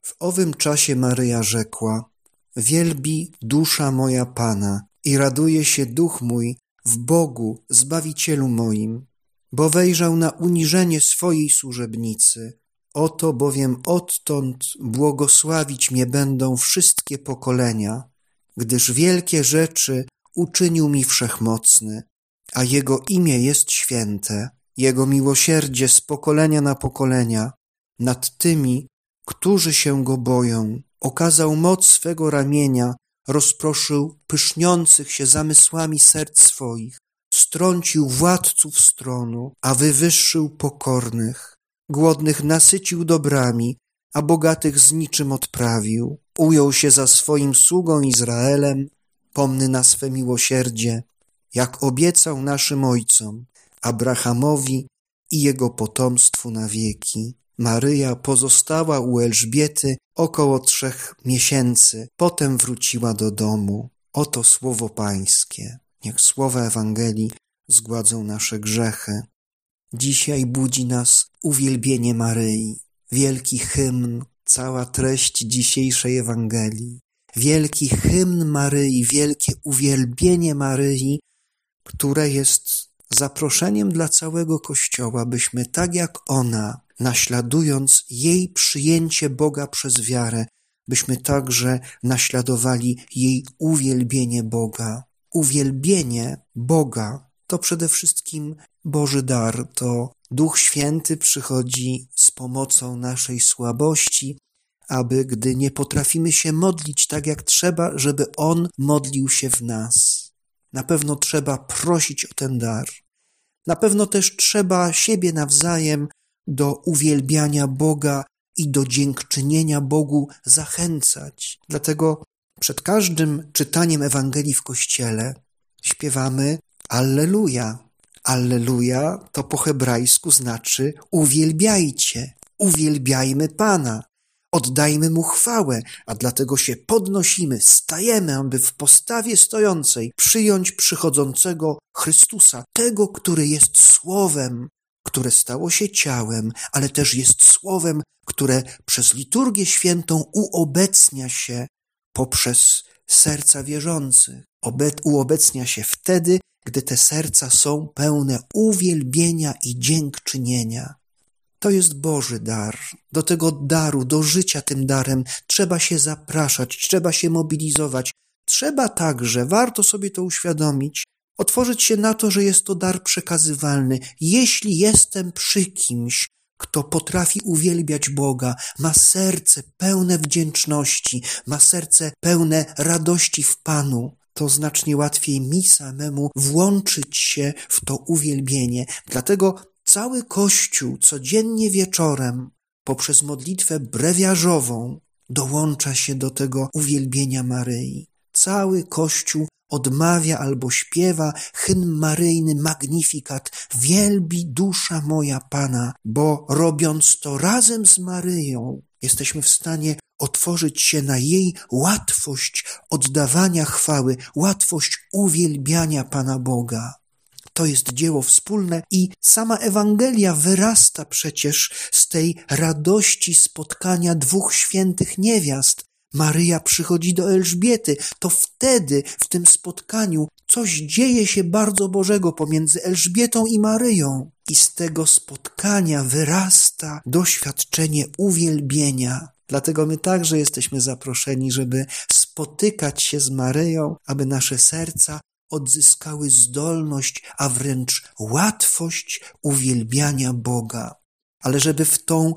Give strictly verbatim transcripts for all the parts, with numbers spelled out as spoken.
W owym czasie Maryja rzekła: wielbi dusza moja Pana i raduje się duch mój w Bogu, Zbawicielu moim, bo wejrzał na uniżenie swojej służebnicy. Oto bowiem odtąd błogosławić mnie będą wszystkie pokolenia, gdyż wielkie rzeczy uczynił mi Wszechmocny, a Jego imię jest święte. Jego miłosierdzie z pokolenia na pokolenia nad tymi, którzy się Go boją. Okazał moc swego ramienia, rozproszył pyszniących się zamysłami serc swoich, strącił władców stronu, a wywyższył pokornych. Głodnych nasycił dobrami, a bogatych z niczym odprawił. Ujął się za swoim sługą Izraelem, pomny na swe miłosierdzie, jak obiecał naszym ojcom, Abrahamowi i jego potomstwu na wieki. Maryja pozostała u Elżbiety około trzech miesięcy, potem wróciła do domu. Oto słowo Pańskie. Niech słowa Ewangelii zgładzą nasze grzechy. Dzisiaj budzi nas uwielbienie Maryi, wielki hymn, cała treść dzisiejszej Ewangelii. Wielki hymn Maryi, wielkie uwielbienie Maryi, które jest zaproszeniem dla całego Kościoła, byśmy tak jak ona, naśladując jej przyjęcie Boga przez wiarę, byśmy także naśladowali jej uwielbienie Boga. Uwielbienie Boga to przede wszystkim Boży dar, to Duch Święty przychodzi z pomocą naszej słabości, aby gdy nie potrafimy się modlić tak jak trzeba, żeby On modlił się w nas. Na pewno trzeba prosić o ten dar. Na pewno też trzeba siebie nawzajem do uwielbiania Boga i do dziękczynienia Bogu zachęcać. Dlatego przed każdym czytaniem Ewangelii w Kościele śpiewamy Alleluja. Alleluja to po hebrajsku znaczy uwielbiajcie, uwielbiajmy Pana, oddajmy Mu chwałę, a dlatego się podnosimy, stajemy, aby w postawie stojącej przyjąć przychodzącego Chrystusa, tego, który jest Słowem, które stało się ciałem, ale też jest Słowem, które przez liturgię świętą uobecnia się poprzez serca wierzących. Obe- uobecnia się wtedy, gdy te serca są pełne uwielbienia i dziękczynienia. To jest Boży dar. Do tego daru, do życia tym darem trzeba się zapraszać, trzeba się mobilizować. Trzeba także, warto sobie to uświadomić, otworzyć się na to, że jest to dar przekazywalny. Jeśli jestem przy kimś, kto potrafi uwielbiać Boga, ma serce pełne wdzięczności, ma serce pełne radości w Panu, to znacznie łatwiej mi samemu włączyć się w to uwielbienie. Dlatego cały Kościół codziennie wieczorem poprzez modlitwę brewiarzową dołącza się do tego uwielbienia Maryi. Cały Kościół odmawia albo śpiewa hymn maryjny Magnificat. Wielbi dusza moja Pana, bo robiąc to razem z Maryją, jesteśmy w stanie otworzyć się na jej łatwość oddawania chwały, łatwość uwielbiania Pana Boga. To jest dzieło wspólne i sama Ewangelia wyrasta przecież z tej radości spotkania dwóch świętych niewiast. Maryja przychodzi do Elżbiety, to wtedy w tym spotkaniu coś dzieje się bardzo Bożego pomiędzy Elżbietą i Maryją. I z tego spotkania wyrasta doświadczenie uwielbienia. Dlatego my także jesteśmy zaproszeni, żeby spotykać się z Maryją, aby nasze serca odzyskały zdolność, a wręcz łatwość uwielbiania Boga. Ale żeby w tą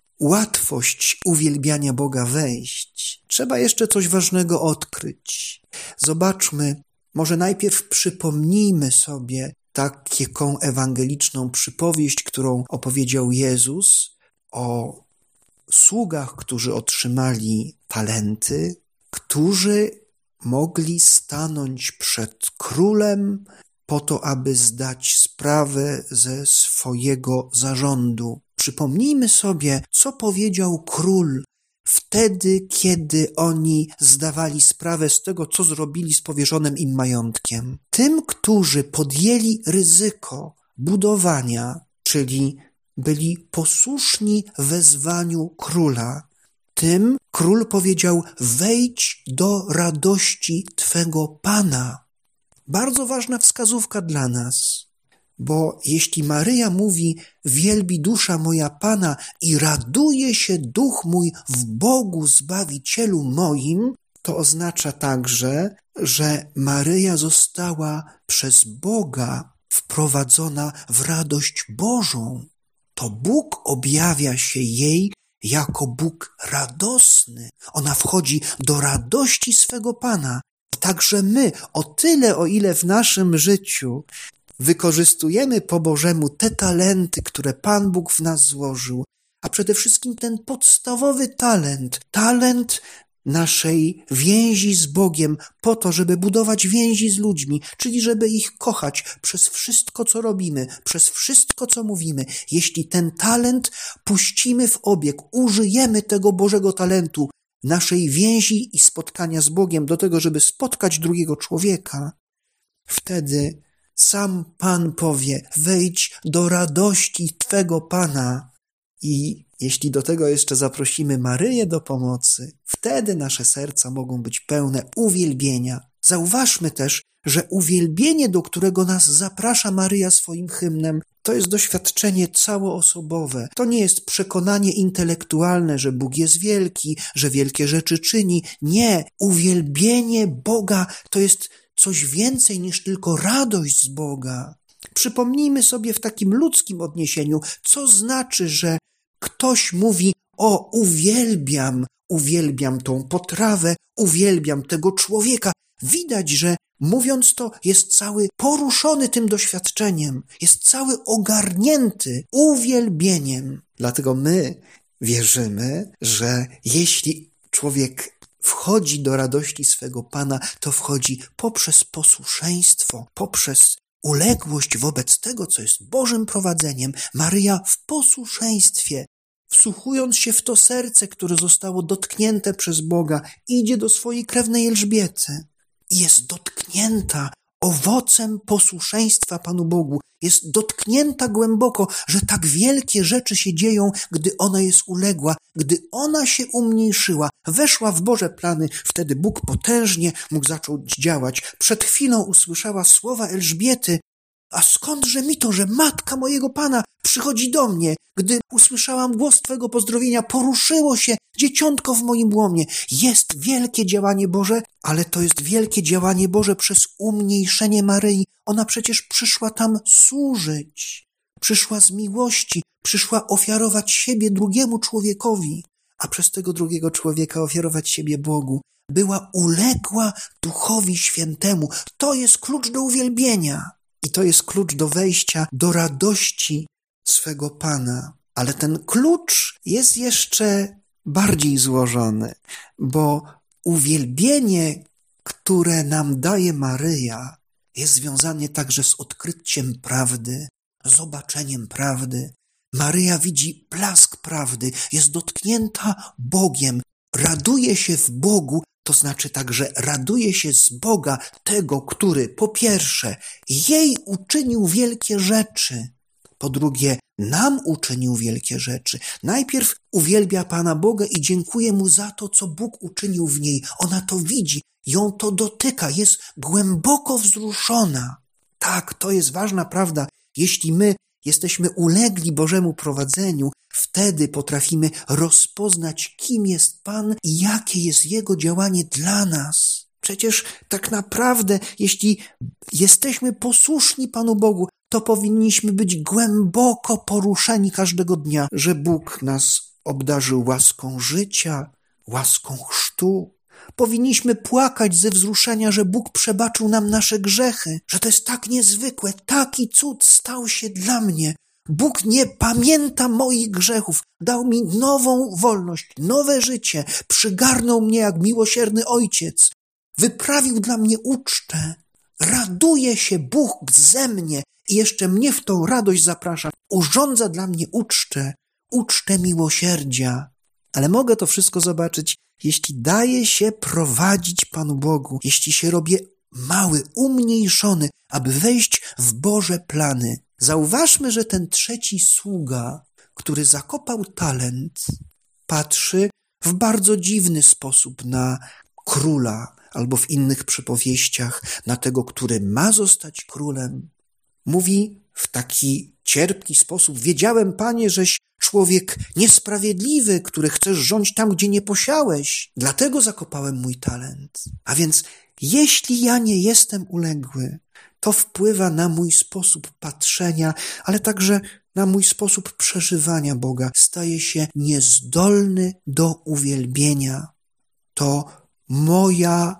łatwość uwielbiania Boga wejść, trzeba jeszcze coś ważnego odkryć. Zobaczmy, może najpierw przypomnijmy sobie taką ewangeliczną przypowieść, którą opowiedział Jezus o sługach, którzy otrzymali talenty, którzy mogli stanąć przed królem po to, aby zdać sprawę ze swojego zarządu. Przypomnijmy sobie, co powiedział król wtedy, kiedy oni zdawali sprawę z tego, co zrobili z powierzonym im majątkiem. Tym, którzy podjęli ryzyko budowania, czyli byli posłuszni wezwaniu króla, tym król powiedział: wejdź do radości Twego Pana. Bardzo ważna wskazówka dla nas, bo jeśli Maryja mówi: wielbi dusza moja Pana i raduje się duch mój w Bogu Zbawicielu moim, to oznacza także, że Maryja została przez Boga wprowadzona w radość Bożą. To Bóg objawia się jej jako Bóg radosny. Ona wchodzi do radości swego Pana. Także my, o tyle, o ile w naszym życiu wykorzystujemy po Bożemu te talenty, które Pan Bóg w nas złożył, a przede wszystkim ten podstawowy talent, talent naszej więzi z Bogiem po to, żeby budować więzi z ludźmi, czyli żeby ich kochać przez wszystko, co robimy, przez wszystko, co mówimy. Jeśli ten talent puścimy w obieg, użyjemy tego Bożego talentu, naszej więzi i spotkania z Bogiem do tego, żeby spotkać drugiego człowieka, wtedy sam Pan powie: wejdź do radości Twego Pana. I jeśli do tego jeszcze zaprosimy Maryję do pomocy, wtedy nasze serca mogą być pełne uwielbienia. Zauważmy też, że uwielbienie, do którego nas zaprasza Maryja swoim hymnem, to jest doświadczenie całoosobowe. To nie jest przekonanie intelektualne, że Bóg jest wielki, że wielkie rzeczy czyni. Nie, uwielbienie Boga to jest coś więcej niż tylko radość z Boga. Przypomnijmy sobie w takim ludzkim odniesieniu, co znaczy, że ktoś mówi: o, uwielbiam, uwielbiam tą potrawę, uwielbiam tego człowieka. Widać, że mówiąc to, jest cały poruszony tym doświadczeniem, jest cały ogarnięty uwielbieniem. Dlatego my wierzymy, że jeśli człowiek wchodzi do radości swego Pana, to wchodzi poprzez posłuszeństwo, poprzez uległość wobec tego, co jest Bożym prowadzeniem. Maryja w posłuszeństwie, wsłuchując się w to serce, które zostało dotknięte przez Boga, idzie do swojej krewnej Elżbiety i jest dotknięta owocem posłuszeństwa Panu Bogu. Jest dotknięta głęboko, że tak wielkie rzeczy się dzieją, gdy ona jest uległa, gdy ona się umniejszyła, weszła w Boże plany. Wtedy Bóg potężnie mógł zacząć działać. Przed chwilą usłyszała słowa Elżbiety: a skądże mi to, że matka mojego Pana przychodzi do mnie? Gdy usłyszałam głos Twego pozdrowienia, poruszyło się dzieciątko w moim łomie. Jest wielkie działanie Boże, ale to jest wielkie działanie Boże przez umniejszenie Maryi. Ona przecież przyszła tam służyć. Przyszła z miłości, przyszła ofiarować siebie drugiemu człowiekowi, a przez tego drugiego człowieka ofiarować siebie Bogu. Była uległa Duchowi Świętemu. To jest klucz do uwielbienia. I to jest klucz do wejścia do radości swego Pana. Ale ten klucz jest jeszcze bardziej złożony, bo uwielbienie, które nam daje Maryja, jest związane także z odkryciem prawdy, zobaczeniem prawdy. Maryja widzi blask prawdy, jest dotknięta Bogiem, raduje się w Bogu, to znaczy także raduje się z Boga, tego, który po pierwsze jej uczynił wielkie rzeczy, po drugie nam uczynił wielkie rzeczy. Najpierw uwielbia Pana Boga i dziękuje Mu za to, co Bóg uczynił w niej. Ona to widzi, ją to dotyka, jest głęboko wzruszona. Tak, to jest ważna prawda. Jeśli my jesteśmy ulegli Bożemu prowadzeniu, wtedy potrafimy rozpoznać, kim jest Pan i jakie jest Jego działanie dla nas. Przecież tak naprawdę, jeśli jesteśmy posłuszni Panu Bogu, to powinniśmy być głęboko poruszeni każdego dnia, że Bóg nas obdarzył łaską życia, łaską chrztu. Powinniśmy płakać ze wzruszenia, że Bóg przebaczył nam nasze grzechy, że to jest tak niezwykłe, taki cud stał się dla mnie. Bóg nie pamięta moich grzechów, dał mi nową wolność, nowe życie, przygarnął mnie jak miłosierny ojciec, wyprawił dla mnie ucztę. Raduje się Bóg ze mnie i jeszcze mnie w tą radość zaprasza. Urządza dla mnie ucztę, ucztę miłosierdzia. Ale mogę to wszystko zobaczyć, jeśli daję się prowadzić Panu Bogu, jeśli się robię mały, umniejszony, aby wejść w Boże plany. Zauważmy, że ten trzeci sługa, który zakopał talent, patrzy, w bardzo dziwny sposób na króla, albo w innych przypowieściach na tego, który ma zostać królem. Mówi w taki cierpki sposób: wiedziałem, Panie, żeś człowiek niesprawiedliwy, który chcesz rządzić tam, gdzie nie posiałeś. Dlatego zakopałem mój talent. A więc jeśli ja nie jestem uległy, to wpływa na mój sposób patrzenia, ale także na mój sposób przeżywania Boga. Staję się niezdolny do uwielbienia. To moja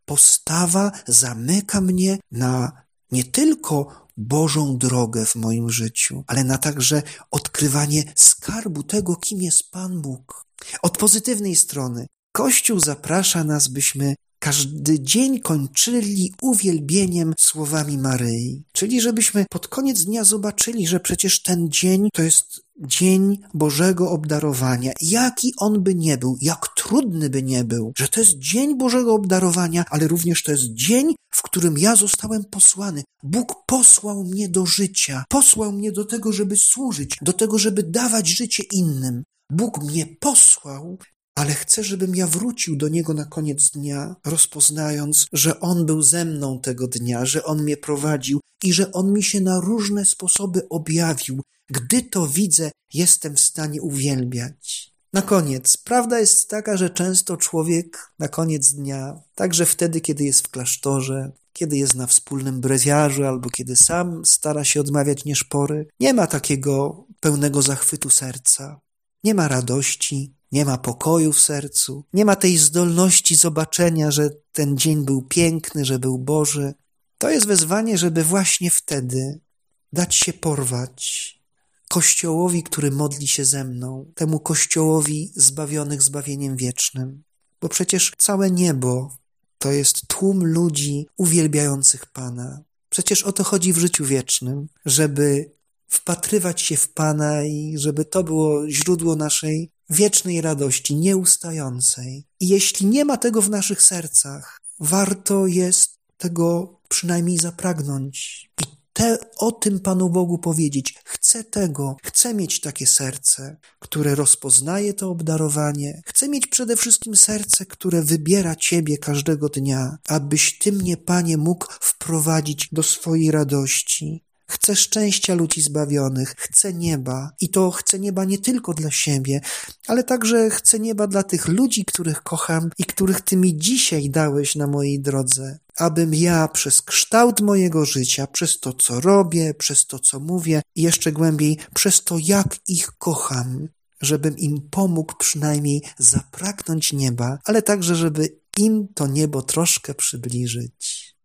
postawa zamyka mnie na nie tylko Bożą drogę w moim życiu, ale na także odkrywanie skarbu tego, kim jest Pan Bóg. Od pozytywnej strony Kościół zaprasza nas, byśmy każdy dzień kończyli uwielbieniem słowami Maryi. Czyli żebyśmy pod koniec dnia zobaczyli, że przecież ten dzień to jest dzień Bożego obdarowania. Jaki on by nie był, jak trudny by nie był, że to jest dzień Bożego obdarowania, ale również to jest dzień, w którym ja zostałem posłany. Bóg posłał mnie do życia, posłał mnie do tego, żeby służyć, do tego, żeby dawać życie innym. Bóg mnie posłał, ale chce, żebym ja wrócił do Niego na koniec dnia, rozpoznając, że On był ze mną tego dnia, że On mnie prowadził i że On mi się na różne sposoby objawił. Gdy to widzę, jestem w stanie uwielbiać. Na koniec, prawda jest taka, że często człowiek na koniec dnia, także wtedy, kiedy jest w klasztorze, kiedy jest na wspólnym brewiarzu albo kiedy sam stara się odmawiać nieszpory, nie ma takiego pełnego zachwytu serca, nie ma radości, nie ma pokoju w sercu, nie ma tej zdolności zobaczenia, że ten dzień był piękny, że był Boży. To jest wezwanie, żeby właśnie wtedy dać się porwać Kościołowi, który modli się ze mną, temu Kościołowi zbawionych zbawieniem wiecznym. Bo przecież całe niebo to jest tłum ludzi uwielbiających Pana. Przecież o to chodzi w życiu wiecznym, żeby wpatrywać się w Pana i żeby to było źródło naszej wiecznej radości, nieustającej. I jeśli nie ma tego w naszych sercach, warto jest tego przynajmniej zapragnąć. I te, o tym Panu Bogu powiedzieć. Chcę tego, chcę mieć takie serce, które rozpoznaje to obdarowanie. Chcę mieć przede wszystkim serce, które wybiera Ciebie każdego dnia, abyś Ty mnie, Panie, mógł wprowadzić do swojej radości. Chcę szczęścia ludzi zbawionych, chcę nieba i to chcę nieba nie tylko dla siebie, ale także chcę nieba dla tych ludzi, których kocham i których Ty mi dzisiaj dałeś na mojej drodze, abym ja przez kształt mojego życia, przez to, co robię, przez to, co mówię i jeszcze głębiej, przez to, jak ich kocham, żebym im pomógł przynajmniej zapragnąć nieba, ale także, żeby im to niebo troszkę przybliżyć.